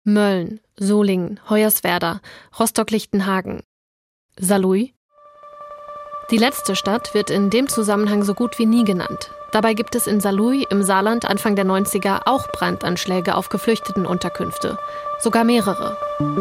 Mölln, Solingen, Hoyerswerda, Rostock-Lichtenhagen. Saarlouis? Die letzte Stadt wird in dem Zusammenhang so gut wie nie genannt. Dabei gibt es in Saarlouis im Saarland Anfang der 90er auch Brandanschläge auf Geflüchtetenunterkünfte. Sogar mehrere.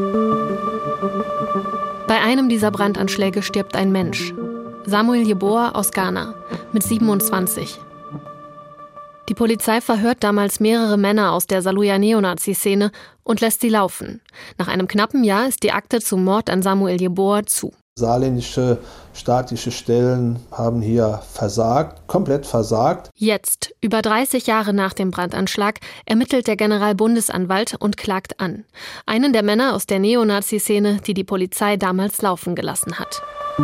Bei einem dieser Brandanschläge stirbt ein Mensch. Samuel Yeboah aus Ghana mit 27. Die Polizei verhört damals mehrere Männer aus der Saarlouier Neonazi-Szene und lässt sie laufen. Nach einem knappen Jahr ist die Akte zum Mord an Samuel Yeboah zu. Saarländische staatliche Stellen haben hier versagt, komplett versagt. Jetzt, über 30 Jahre nach dem Brandanschlag, ermittelt der Generalbundesanwalt und klagt an. Einen der Männer aus der Neonazi-Szene, die die Polizei damals laufen gelassen hat.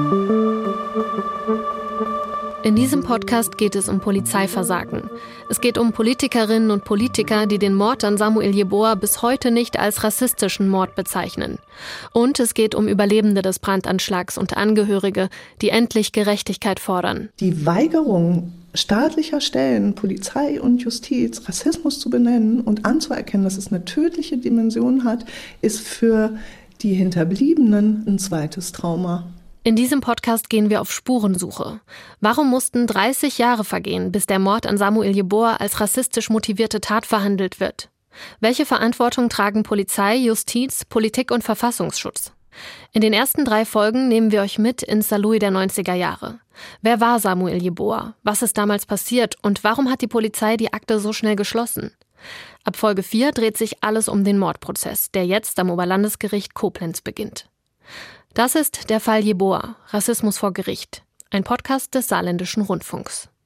In diesem Podcast geht es um Polizeiversagen. Es geht um Politikerinnen und Politiker, die den Mord an Samuel Yeboah bis heute nicht als rassistischen Mord bezeichnen. Und es geht um Überlebende des Brandanschlags und Angehörige, die endlich Gerechtigkeit fordern. Die Weigerung staatlicher Stellen, Polizei und Justiz, Rassismus zu benennen und anzuerkennen, dass es eine tödliche Dimension hat, ist für die Hinterbliebenen ein zweites Trauma. In diesem Podcast gehen wir auf Spurensuche. Warum mussten 30 Jahre vergehen, bis der Mord an Samuel Yeboah als rassistisch motivierte Tat verhandelt wird? Welche Verantwortung tragen Polizei, Justiz, Politik und Verfassungsschutz? In den ersten 3 Folgen nehmen wir euch mit ins Saarlouis der 90er Jahre. Wer war Samuel Yeboah? Was ist damals passiert? Und warum hat die Polizei die Akte so schnell geschlossen? Ab Folge 4 dreht sich alles um den Mordprozess, der jetzt am Oberlandesgericht Koblenz beginnt. Das ist der Fall Yeboah, Rassismus vor Gericht, ein Podcast des Saarländischen Rundfunks.